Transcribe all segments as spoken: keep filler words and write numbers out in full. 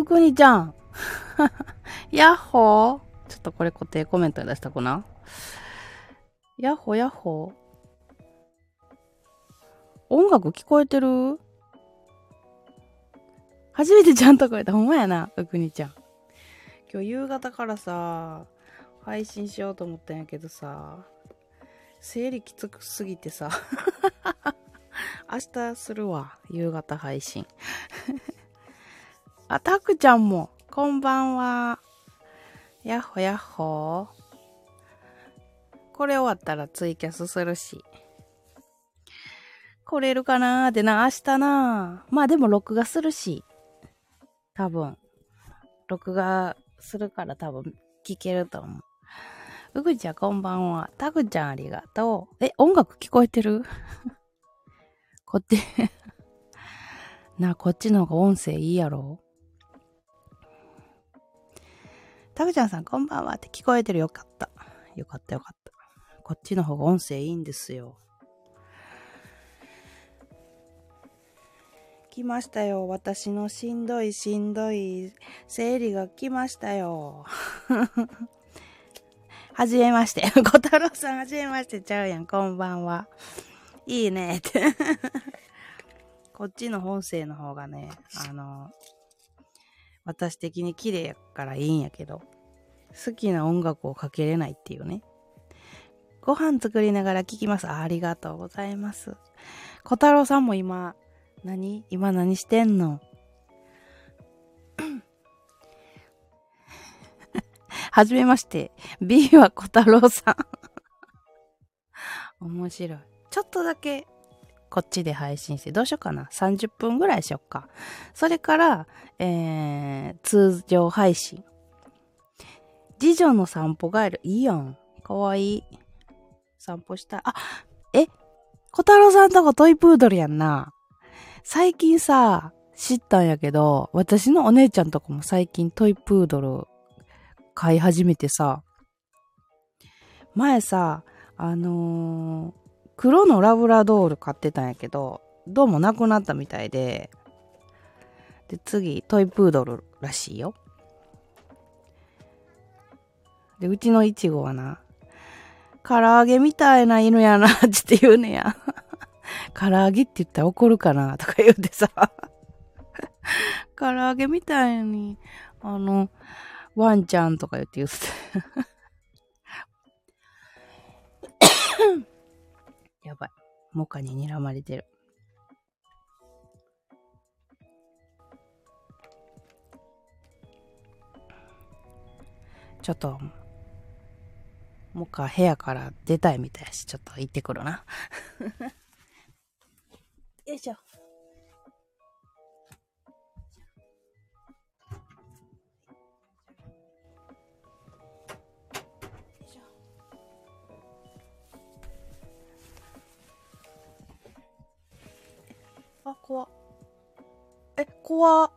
うくにちゃん。やっほー。ちょっとこれ固定コメントに出したくな。やっほやっほ。音楽聞こえてる？初めてちゃんと声だ。ほんまやな、うくにちゃん。今日夕方からさ、配信しようと思ったんやけどさ、生理きつくすぎてさ、明日するわ、夕方配信。あ、たくちゃんも、こんばんは。やっほやっほ。これ終わったらツイキャスするし。来れるかなーってな、明日な。まあでも録画するし。多分。録画するから多分聞けると思う。うぐちゃんこんばんは。たぐちゃんありがとう。え、音楽聞こえてる？こっち。なあ、こっちの方が音声いいやろ？たぐちゃんさんこんばんはって聞こえてる。よかった。よかったよかった。こっちの方が音声いいんですよ。来ましたよ。私のしんどいしんどい生理が来ましたよ。はじめまして。小太郎さんはじめましてちゃうやん。こんばんは。いいねって。こっちの音声の方がね、あの、私的に綺麗やからいいんやけど、好きな音楽をかけれないっていうね。ご飯作りながら聞きます。 あ, ありがとうございます。小太郎さんも今、何今何してんの？はじめまして。B は小太郎さん。面白い。ちょっとだけこっちで配信して、どうしようかな。さんじゅっぷんぐらいしよっか。それから、えー、通常配信。次女の散歩帰る。いいやん。かわいい。散歩したい。あ、え小太郎さんとこトイプードルやんな。最近さ、知ったんやけど、私のお姉ちゃんとこも最近トイプードル飼い始めてさ、前さ、あのー、黒のラブラドール飼ってたんやけど、どうもなくなったみたいで、で、次、トイプードルらしいよ。で、うちのイチゴはな、唐揚げみたいな犬やなって言うねや。唐揚げって言ったら怒るかなとか言うてさ、唐揚げみたいに、あの、ワンちゃんとか言って言ってた。やばい。モカに睨まれてる。ちょっと、モカ部屋から出たいみたいやし、ちょっと行ってくるな。よいしょ。あ、怖っ。え、怖っ。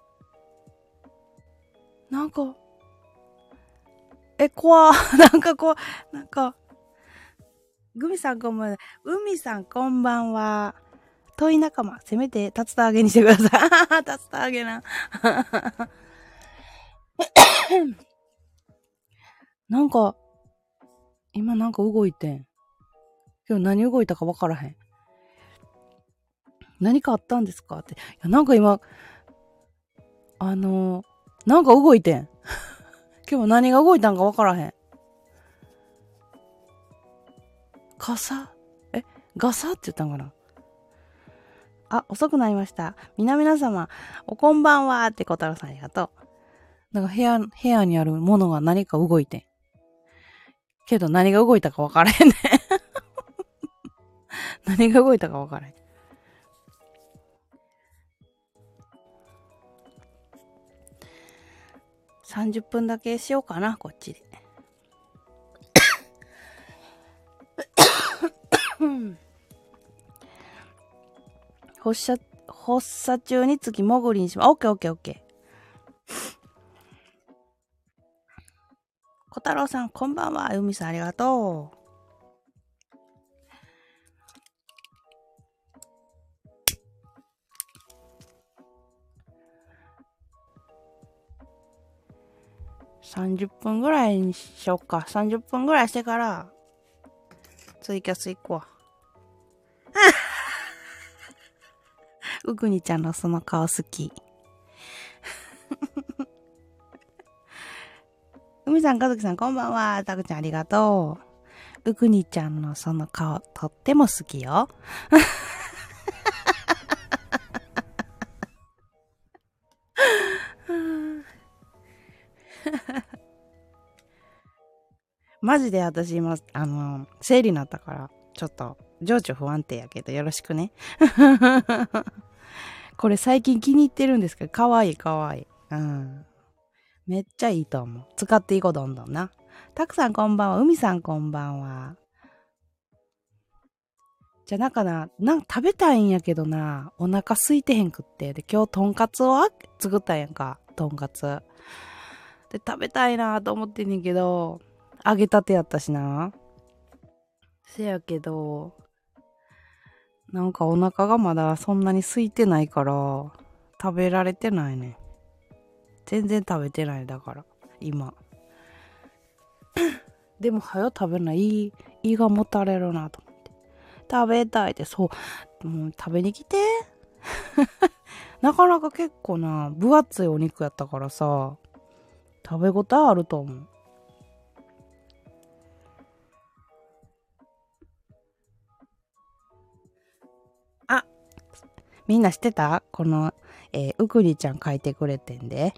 なんか、え、怖っ。なんかこう、なんか、グミさんこんばんは。海さんこんばんは。遠い仲間、せめて竜田揚げにしてください。竜田揚げな。なんか、今なんか動いてん。今日何動いたかわからへん。何かあったんですかって。いや、なんか今、あのー、なんか動いてん。今日何が動いたんかわからへん。傘えガサって言ったんかな。あ、遅くなりました。皆々様、おこんばんはって小太郎さんありがとう。なんか部屋、部屋にあるものが何か動いてん。けど何が動いたかわからへんね。何が動いたかわからへん。さんじゅっぷんだけしようかな、こっちで。発射、発作中に次潜りにします。オッケーオッケーオッケー。小太郎さん、こんばんは。海さん、ありがとう。 さんじゅっぷんぐらいにしよっか。さんじゅっぷんぐらいしてから、ツイキャス行くわ。うぐにちゃんのその顔好き。うみさん、かずきさん、こんばんは。たくちゃん、ありがとう。うぐにちゃんのその顔、とっても好きよ。マジで私今、あの、生理になったから、ちょっと、情緒不安定やけど、よろしくね。これ最近気に入ってるんですけど、かわいいかわいい。うん。めっちゃいいと思う。使っていこう、どんどんな。たくさんこんばんは。海さんこんばんは。じゃあなんかな、なんか食べたいんやけどな、お腹空いてへんくって。で、今日とんかつをあ作ったんやんか。とんかつ。で、食べたいなと思ってんねんけど、揚げたてやったしな。せやけど、なんかお腹がまだそんなに空いてないから、食べられてないね。全然食べてないだから、今。でも、はよ食べない。胃がもたれるなと思って。食べたいって、そう。もう食べに来て。なかなか結構な、分厚いお肉やったからさ、食べ応えあると思う。あ、みんな知ってたこの、えー、うくりちゃん書いてくれてんで。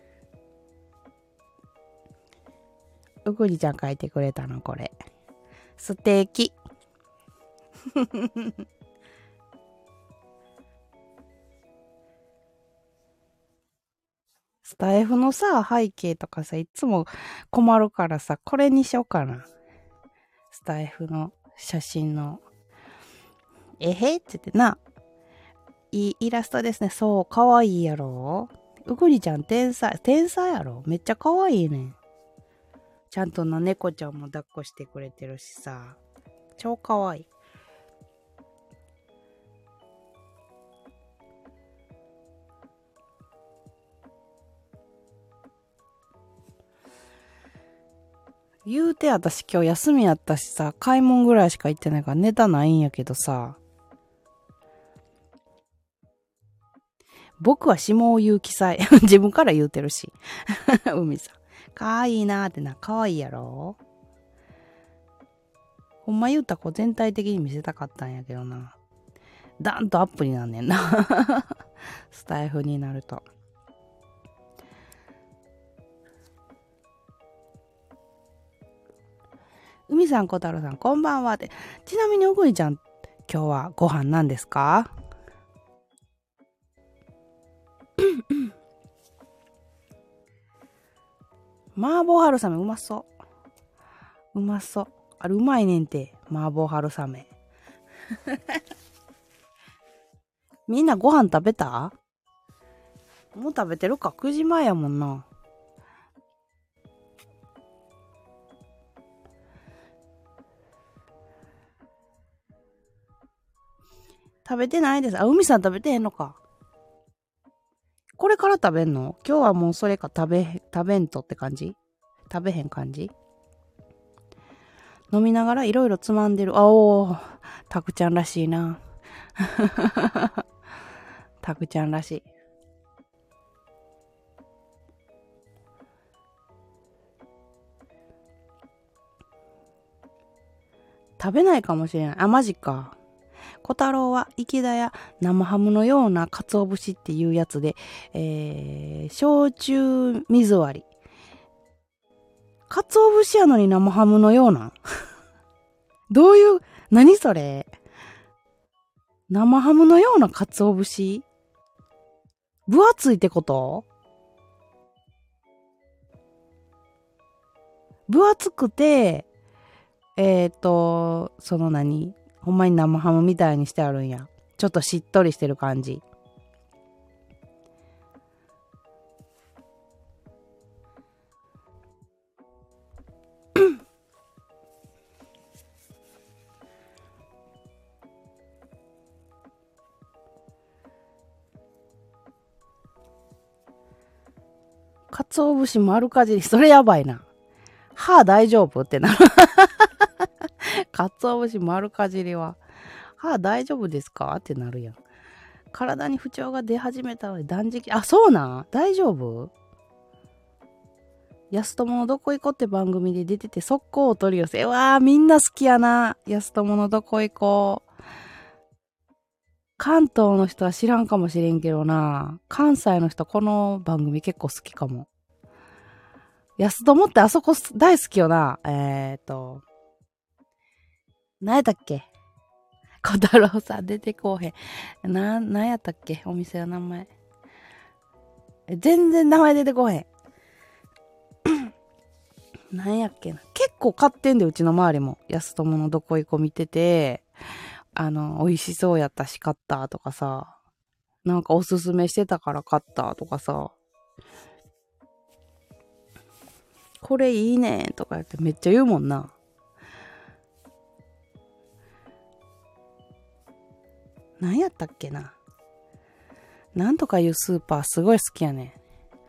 うくりちゃん書いてくれたの、これ。素敵。スタイフのさ、背景とかさ、いつも困るからさ、これにしようかな。スタイフの写真の。えへって言ってな。いいイラストですね。そう、かわいいやろ。うぐりちゃん天才、天才やろ。めっちゃかわいいね。ちゃんとな、猫ちゃんも抱っこしてくれてるしさ。超かわいい。言うて私今日休みやったしさ、買い物ぐらいしか行ってないからネタないんやけどさ。僕は下を言う記載。自分から言うてるし。海さん。かわいいなーってな。かわいいやろ。ほんま言うたらこう全体的に見せたかったんやけどな。ダンとアップになんねんな。スタイフになると。海さん、小太郎さん、こんばんはって。ちなみに、おぐりちゃん、今日はご飯何ですか？麻婆春雨うまそう。うまそう。あれうまいねんて。麻婆春雨。みんなご飯食べた？もう食べてるか？ く 時前やもんな。食べてないです。あ、海さん食べてへんのか。これから食べんの？今日はもうそれか食べ、食べんとって感じ？食べへん感じ？飲みながらいろいろつまんでる。あおー、たくちゃんらしいな。たくちゃんらしい。食べないかもしれない。あ、マジか。小太郎は池田や生ハムのような鰹節っていうやつで、えー、焼酎水割り。鰹節やのに生ハムのようなどういう、何それ？生ハムのような鰹節？分厚いってこと？分厚くて、えっ、ー、と、その何ほんまに生ハムみたいにしてあるんや。ちょっとしっとりしてる感じ。 鰹節丸かじり、それやばいな。歯大丈夫ってなる。鰹節丸かじりは、歯大丈夫ですかってなるやん。体に不調が出始めたので断食、あ、そうなん大丈夫？安友のどこ行こうって番組で出てて速攻お取り寄せ。うわー、みんな好きやな。安友のどこ行こう。関東の人は知らんかもしれんけどな。関西の人この番組結構好きかも。安友ってあそこ大好きよな。えーと。何やったっけ？小太郎さん出てこうへん。な、何やったっけ？お店の名前。全然名前出てこうへん。なんやっけな。結構買ってんで、うちの周りも。安友のどこ行こう見てて、あの、美味しそうやったし買ったとかさ、なんかおすすめしてたから買ったとかさ、これいいねとか言ってめっちゃ言うもんな。なんやったっけな。なんとかいうスーパーすごい好きやね。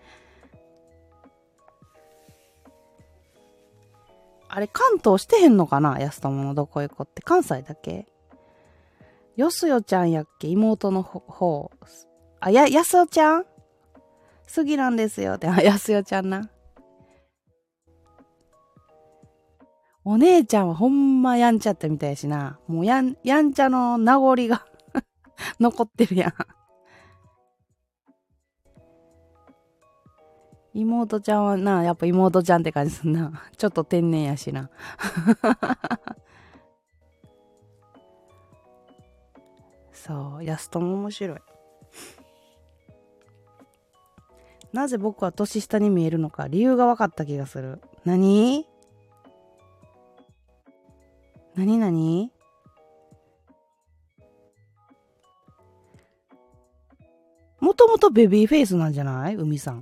あれ関東してへんのかな？安友のどこ行こうって関西だけ？よすよちゃんやっけ？妹の方。あ、や、やすよちゃん？すぎなんですよって、あ、やすよちゃんな。お姉ちゃんはほんまやんちゃったみたいやしな。もうやん、やんちゃの名残が残ってるやん。妹ちゃんはな、やっぱ妹ちゃんって感じすんな。ちょっと天然やしな。そう、やすとも面白い。なぜ僕は年下に見えるのか理由が分かった気がする。何？何何？もともとベビーフェイスなんじゃない？海さん。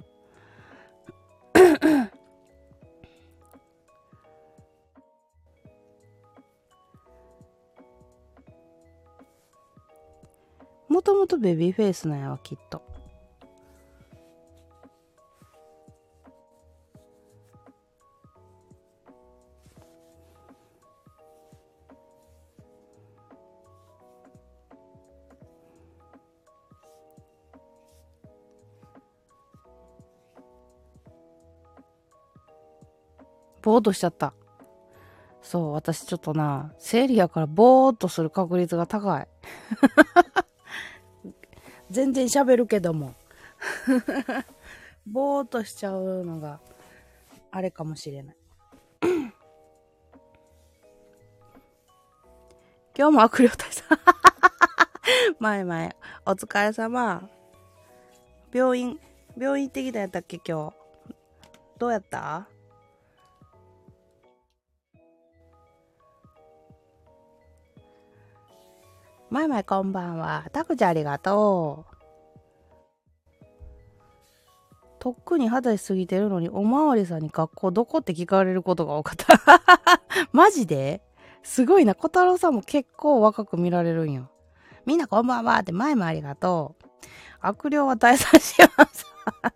もともとベビーフェイスなんやわ、きっと。ぼーっとしちゃった。そう、私ちょっとな、生理やからぼーっとする確率が高い。全然喋るけども。ぼーっとしちゃうのが、あれかもしれない。今日も悪霊退散。前々、お疲れ様。病院、病院行ってきたやったっけ今日。どうやった？前々こんばんは。タクちゃんありがとう。とっくに二十歳過ぎてるのに、おまわりさんに学校どこって聞かれることが多かった。マジですごいな。小太郎さんも結構若く見られるんよ。みんなこんばんはって前もありがとう。悪霊は退散します。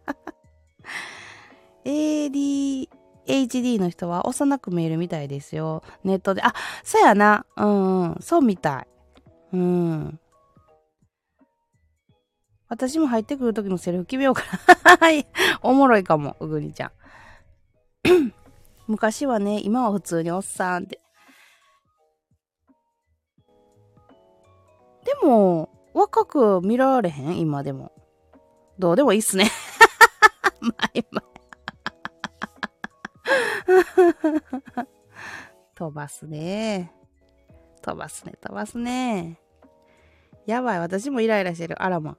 エーディーエイチディー の人は幼く見えるみたいですよ。ネットで。あ、そうやな。うんうん。そうみたい。うん。私も入ってくる時のセリフ決めようかな。はい。おもろいかも、うぐにちゃん。昔はね、今は普通におっさんって。でも、若く見られへん今でも。どうでもいいっすね。まいまい。飛ばすね。飛ばすね、飛ばすね。やばい、私もイライラしてる。あらま。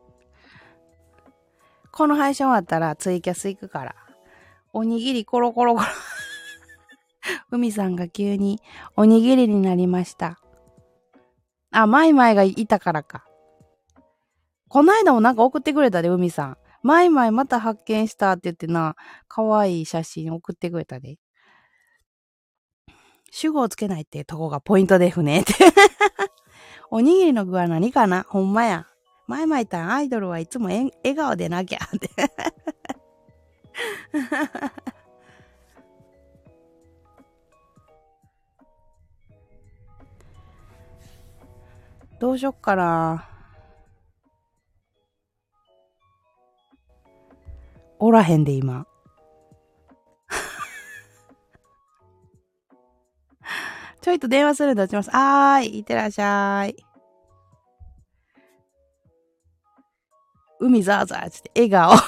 この配信終わったらツイキャス行くから。おにぎりコロコロコロ。海さんが急におにぎりになりました。あ、マイマイがいたからか。こないだもなんか送ってくれたで、海さん。マイマイまた発見したって言ってな、かわいい写真送ってくれたで。主語をつけないってとこがポイントですねって。おにぎりの具は何かな？ほんまや。マイマイたんアイドルはいつも笑顔でなきゃって。 どうしよっかな。おらへんで今。ちょいと電話するんで落ちます。はーい、いってらっしゃい。海ザーザーつって笑顔。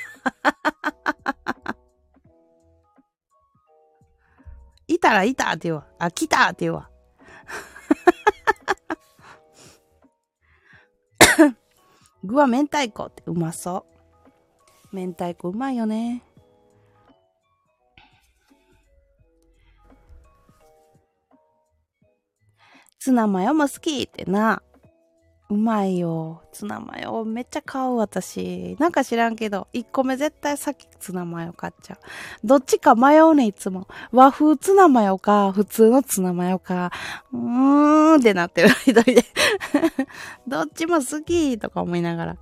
いたらいたって言うわ。あ、来たって言うわ。具は明太子ってうまそう。明太子うまいよね。ツナマヨも好きってな。うまいよ。ツナマヨめっちゃ買う私。なんか知らんけど、いっこめ絶対先ツナマヨ買っちゃう。どっちか迷うねいつも。和風ツナマヨか、普通のツナマヨか。うーんってなってる一人で。どっちも好きとか思いながら。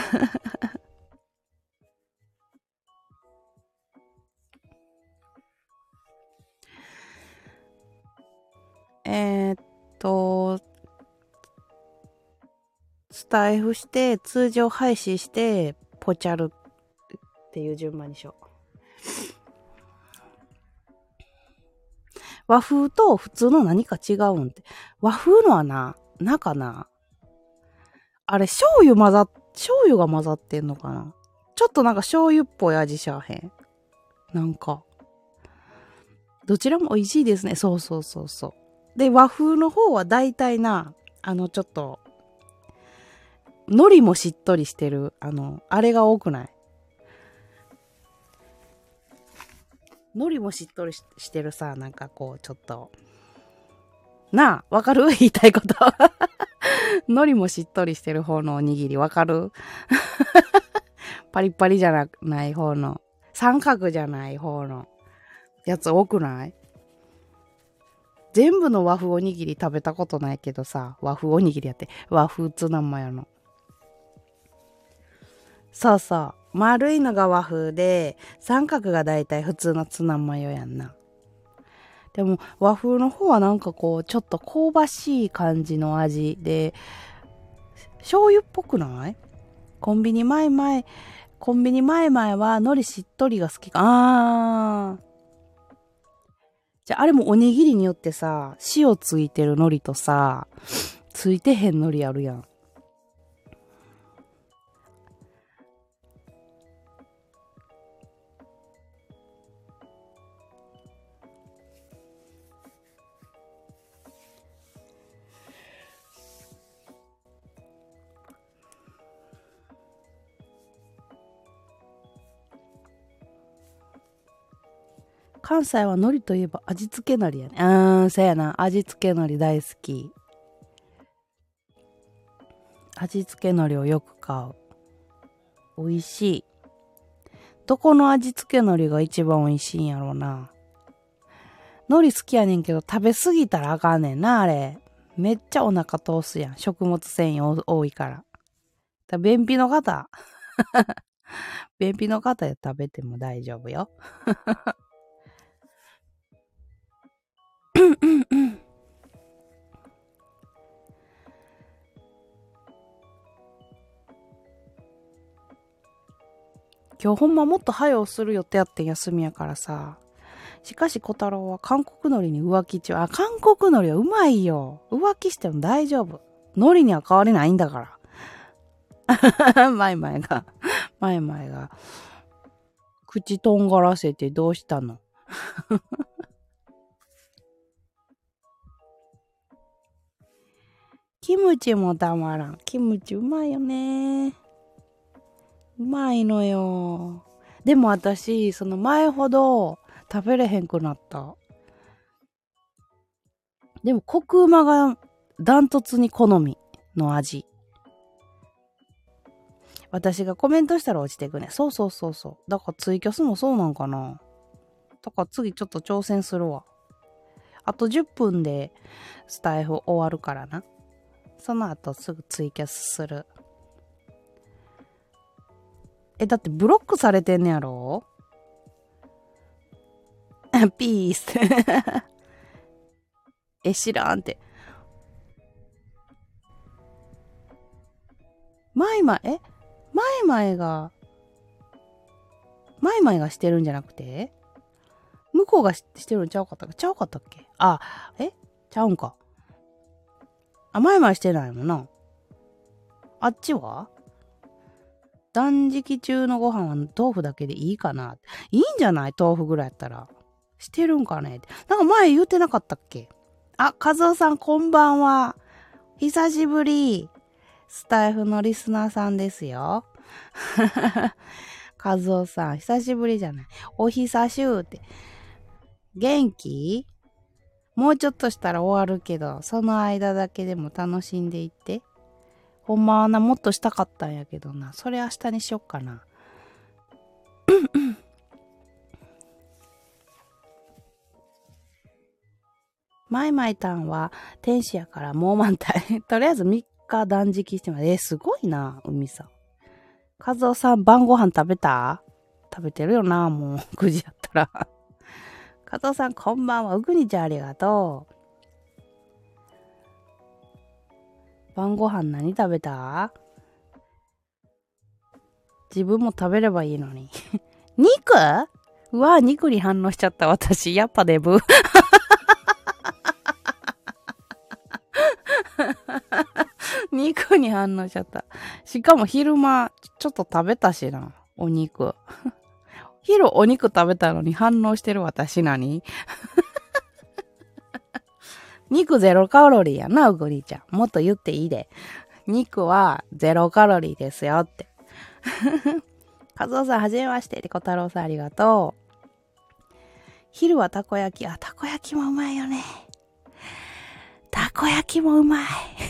えーっと、スタイフして、通常配信して、ポチャルっていう順番にしよう。和風と普通の何か違うんって。和風のはな、なかな。あれ、醤油混ざっ、醤油が混ざってんのかな。ちょっとなんか醤油っぽい味しゃあへん。なんか。どちらも美味しいですね。そうそうそうそう。で、和風の方は大体な、あの、ちょっと、海苔もしっとりしてる、あの、あれが多くない？海苔もしっとり し, してるさ、なんかこう、ちょっと、なあ、わかる言いたいこと。海苔もしっとりしてる方のおにぎり、わかる？パリッパリじゃなない方の、三角じゃない方のやつ多くない？全部の和風おにぎり食べたことないけどさ、和風おにぎりやって、和風ツナマヨの。そうそう。丸いのが和風で、三角がだいたい普通のツナマヨやんな。でも和風の方はなんかこう、ちょっと香ばしい感じの味で、醤油っぽくない？コンビニ前々、コンビニ前々は海苔しっとりが好きか。あー。じゃああれもおにぎりによってさ、塩ついてる海苔とさ、ついてへん海苔あるやん。関西は海苔といえば味付け海苔やね。あー、そうやな。味付け海苔大好き。味付け海苔をよく買う。美味しい。どこの味付け海苔が一番美味しいんやろうな。海苔好きやねんけど食べ過ぎたらあかんねんな、あれ。めっちゃお腹通すやん。食物繊維多いから。だ便秘の方、便秘の方で食べても大丈夫よ。今日ほんまもっと早うする予定やってん休みやからさ。しかし小太郎は韓国海苔に浮気中。あ、韓国海苔はうまいよ。浮気しても大丈夫。海苔には変わりないんだから。マイマイが、マイマイが、口とんがらせてどうしたの？キムチもたまらん。キムチうまいよね。うまいのよ。でも私、その前ほど食べれへんくなった。でもコクうまがダントツに好みの味。私がコメントしたら落ちてくね。そうそうそうそう。だからツイキャスもそうなんかな。だから次ちょっと挑戦するわ。あとじゅっぷんでスタイフ終わるからな。その後すぐツイキャスする。え、だってブロックされてんねやろ？ピース。え、知らんって。 マイマイ、えマイマイが、マイマイがしてるんじゃなくて向こうがししてるんちゃうかったっけちゃうかったっけあ、えちゃうんか。あ、マイマイしてないもんな。あっちは断食中のご飯は豆腐だけでいいかな。いいんじゃない豆腐ぐらいやったら。してるんかね。なんか前言うてなかったっけ。あ、和夫さんこんばんは。久しぶり。スタイフのリスナーさんですよ。和夫さん、久しぶりじゃない。お久しゅうって。元気？もうちょっとしたら終わるけど、その間だけでも楽しんでいって。ほんまはな、もっとしたかったんやけどな。それ明日にしよっかな。マイマイタンは天使やからもう満体。とりあえずみっか断食してます。えー、すごいな、海さん。和夫さん、晩ご飯食べた？食べてるよな、もうくじやったら。和夫さん、こんばんは。うぐにちゃんありがとう。晩ご飯何食べた？自分も食べればいいのに。肉？うわ、肉に反応しちゃった私。やっぱデブ。肉に反応しちゃった。しかも昼間、ちょっと食べたしな。お肉。昼お肉食べたのに反応してる私何？肉ゼロカロリーやな、うぐりちゃん。もっと言っていいで。肉はゼロカロリーですよって。和夫さん、はじめまして。リコ太郎さん、ありがとう。昼はたこ焼き。あ、たこ焼きもうまいよね。たこ焼きもうまい。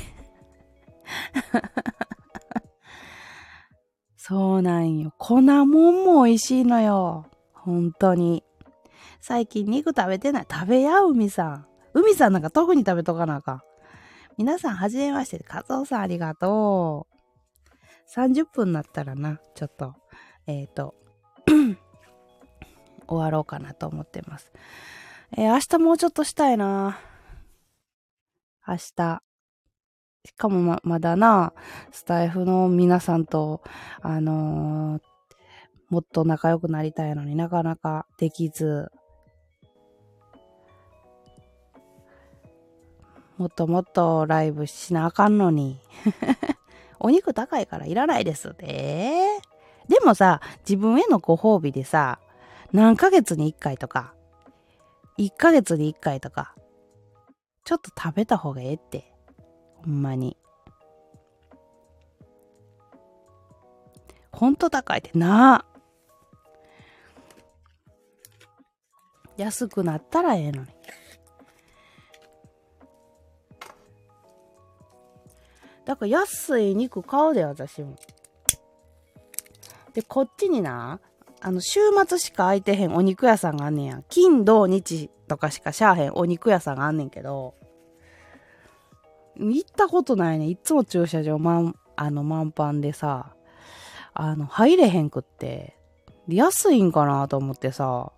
そうなんよ。粉もんも美味しいのよ。本当に。最近肉食べてない。食べや、海さん。海さんなんか特に食べとかなあかん。皆さん、はじめまして。和夫さん、ありがとう。さんじゅっぷんになったらな、ちょっと、えっと、終わろうかなと思ってます。えー、明日もうちょっとしたいな。明日。しかもま、まだな、スタイフの皆さんと、あのー、もっと仲良くなりたいのになかなかできず、もっともっとライブしなあかんのに。お肉高いからいらないですって。でもさ、自分へのご褒美でさ、何ヶ月にいっかいとか、いっかげつにいっかいとか、ちょっと食べた方がええって。ほんまに。ほんと高いってな。安くなったらええのに。だから安い肉買うで、私も。で、こっちにな、あの、週末しか空いてへんお肉屋さんがあんねんやん。金、土、日とかしかしゃあへんお肉屋さんがあんねんけど、行ったことないね。いつも駐車場満、あの、満帆でさ、あの、入れへんくって、安いんかなと思ってさ、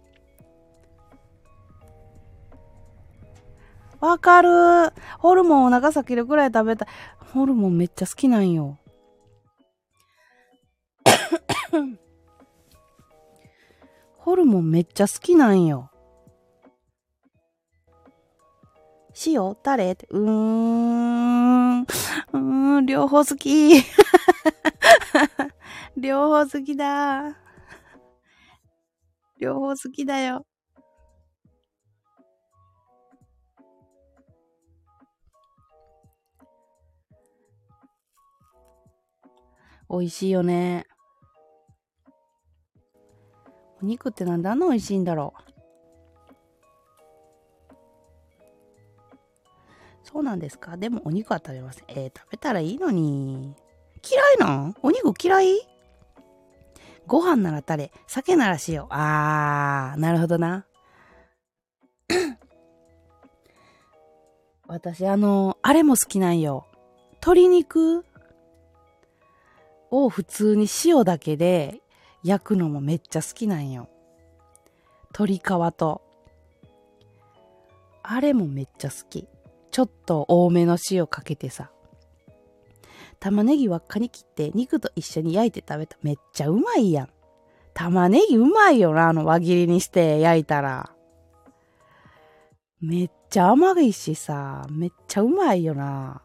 わかる。ホルモンお腹裂けるくらい食べたい。ホルモンめっちゃ好きなんよ。ホルモンめっちゃ好きなんよ。塩タレって、うーん。うーん、両方好き。両方好きだ。両方好きだよ。美味しいよね。お肉ってなんであんな美味しいんだろう。そうなんですか？でもお肉は食べません。えー、食べたらいいのに。嫌いなん？お肉嫌い？ご飯ならタレ、酒なら塩。あー、なるほどな。私、あの、あれも好きなんよ。鶏肉を普通に塩だけで焼くのもめっちゃ好きなんよ。鶏皮と。あれもめっちゃ好き。ちょっと多めの塩かけてさ。 玉ねぎ輪っかに切って肉と一緒に焼いて食べた。めっちゃうまいやん。玉ねぎうまいよな、あの輪切りにして焼いたら。めっちゃ甘いしさ、めっちゃうまいよな。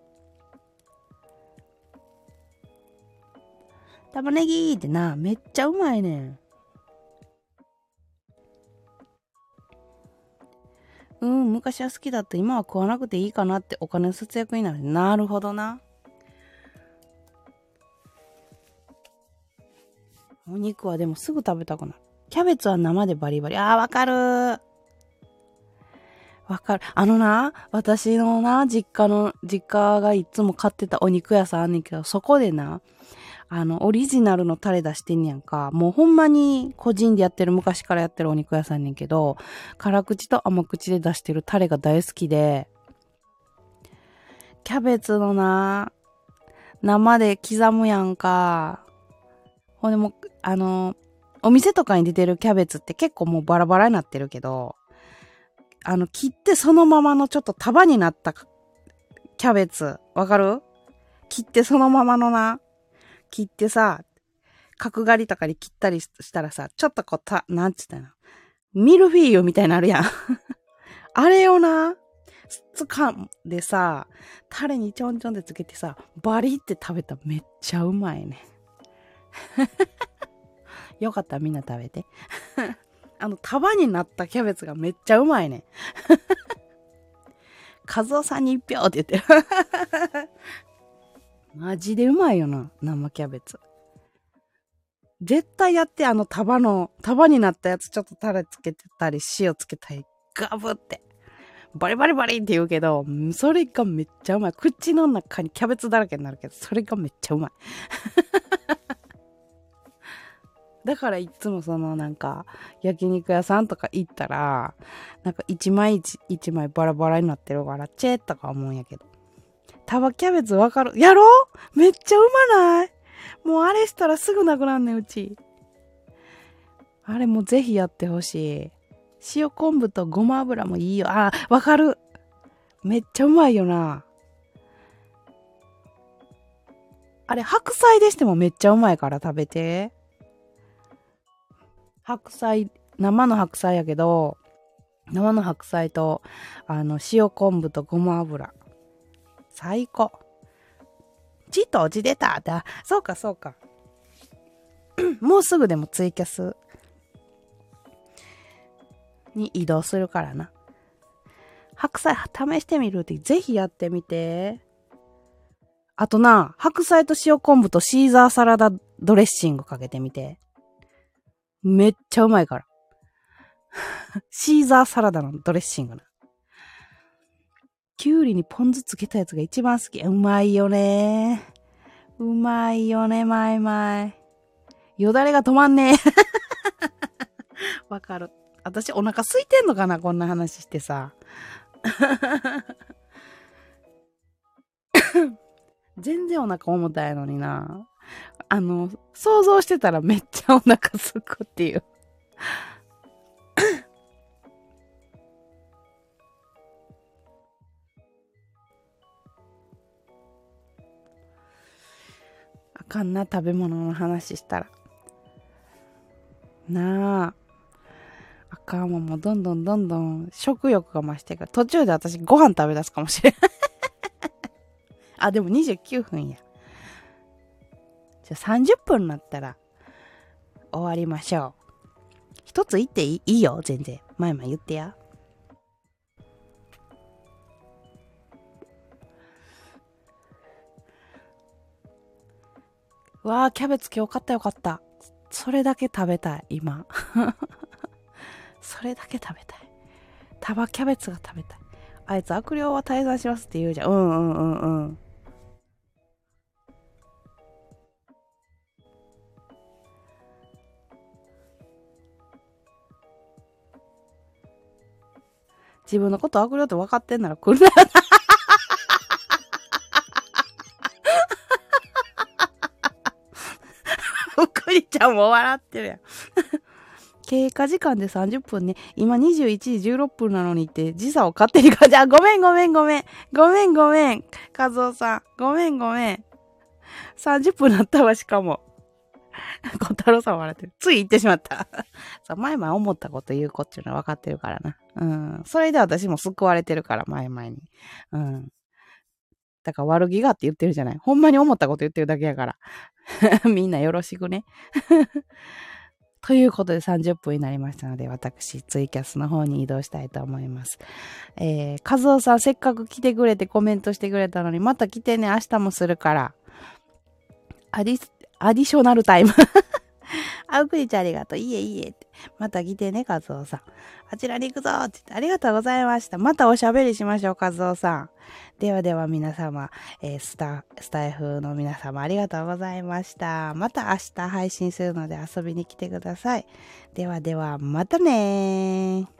玉ねぎってな、めっちゃうまいねん。うん、昔は好きだった。今は食わなくていいかなってお金の節約になる。なるほどな。お肉はでもすぐ食べたくなる。キャベツは生でバリバリ。あー、わかるー。わかる。あのな、私のな、実家の、実家がいつも買ってたお肉屋さんあんねんけど、そこでな、あの、オリジナルのタレ出してんねやんか。もうほんまに個人でやってる、昔からやってるお肉屋さんねんけど、辛口と甘口で出してるタレが大好きで、キャベツのな、生で刻むやんか。ほんでも、あの、お店とかに出てるキャベツって結構もうバラバラになってるけど、あの、切ってそのままのちょっと束になったキャベツ、わかる？切ってそのままのな、切ってさ、角刈りとかに切ったりしたらさ、ちょっとこう、た、なんつったの？ミルフィーユみたいになるやん。あれをな、つかんでさ、タレにちょんちょんでつけてさ、バリって食べたらめっちゃうまいね。よかったらみんな食べて。あの、束になったキャベツがめっちゃうまいね。カズオさんに一票って言ってる。マジでうまいよな、生キャベツ。絶対やって、あの束の、束になったやつちょっとタレつけてたり、塩つけたり、ガブって。バリバリバリって言うけど、それがめっちゃうまい。口の中にキャベツだらけになるけど、それがめっちゃうまい。だからいつもそのなんか焼肉屋さんとか行ったらなんか一枚一一枚バラバラになってるからチェーとか思うんやけど、束キャベツわかるやろ？めっちゃうまない？もうあれしたらすぐなくなんねんうち。あれもぜひやってほしい。塩昆布とごま油もいいよ。あ、わかる。めっちゃうまいよな。あれ白菜でしてもめっちゃうまいから食べて。白菜、生の白菜やけど、生の白菜と、あの、塩昆布とごま油。最高。ちとじ出たって、そうかそうか。もうすぐでもツイキャスに移動するからな。白菜試してみるってぜひやってみて。あとな、白菜と塩昆布とシーザーサラダドレッシングかけてみて。めっちゃうまいから。シーザーサラダのドレッシングな。きゅうりにポン酢つけたやつが一番好き。うまいよね。うまいよね、まいまい。よだれが止まんねえ。わかる。私お腹空いてんのかな、こんな話してさ。全然お腹重たいのにな。あの、想像してたらめっちゃお腹すくっていう。あかんな、食べ物の話したら。なあ。あかんわ、もうどんどんどんどん食欲が増してるから、途中で私ご飯食べ出すかもしれん。あ、でもにじゅうきゅうふんや。じゃあさんじゅっぷんになったら終わりましょう。一つ言っていい？いいよ、全然。前々言ってや。わあ、キャベツ今日買ったよかった。それだけ食べたい、今。それだけ食べたい。束キャベツが食べたい。あいつ悪霊は退散しますって言うじゃん。うんうんうんうん。自分のこと悪霊って分かってんなら来るなよな。ふくりちゃんも笑ってるやん。経過時間でさんじゅっぷんね。今にじゅういちじじゅうろっぷんなのにって時差を勝手に感じ、あ、ごめんごめんごめん。ごめんごめん。和夫さん。ごめんごめん。 さんじゅっぷんなったわ、しかも。小太郎さん笑ってる。つい言ってしまった。そう、前々思ったこと言う子っていうのは分かってるからな。うん。それで私も救われてるから、前々に。うん。だから悪気があって言ってるじゃない。ほんまに思ったこと言ってるだけやから。みんなよろしくね。ということでさんじゅっぷんになりましたので、私、ツイキャスの方に移動したいと思います。えー、和夫さん、せっかく来てくれてコメントしてくれたのに、また来てね、明日もするから。アディ、アディショナルタイム。あうくりちゃんありがとう。いえいえって。また来てね、和夫さん。あちらに行くぞって言ってありがとうございました。またおしゃべりしましょう、和夫さん。ではでは皆様、えー、スタ、スタイフの皆様ありがとうございました。また明日配信するので遊びに来てください。ではでは、またねー。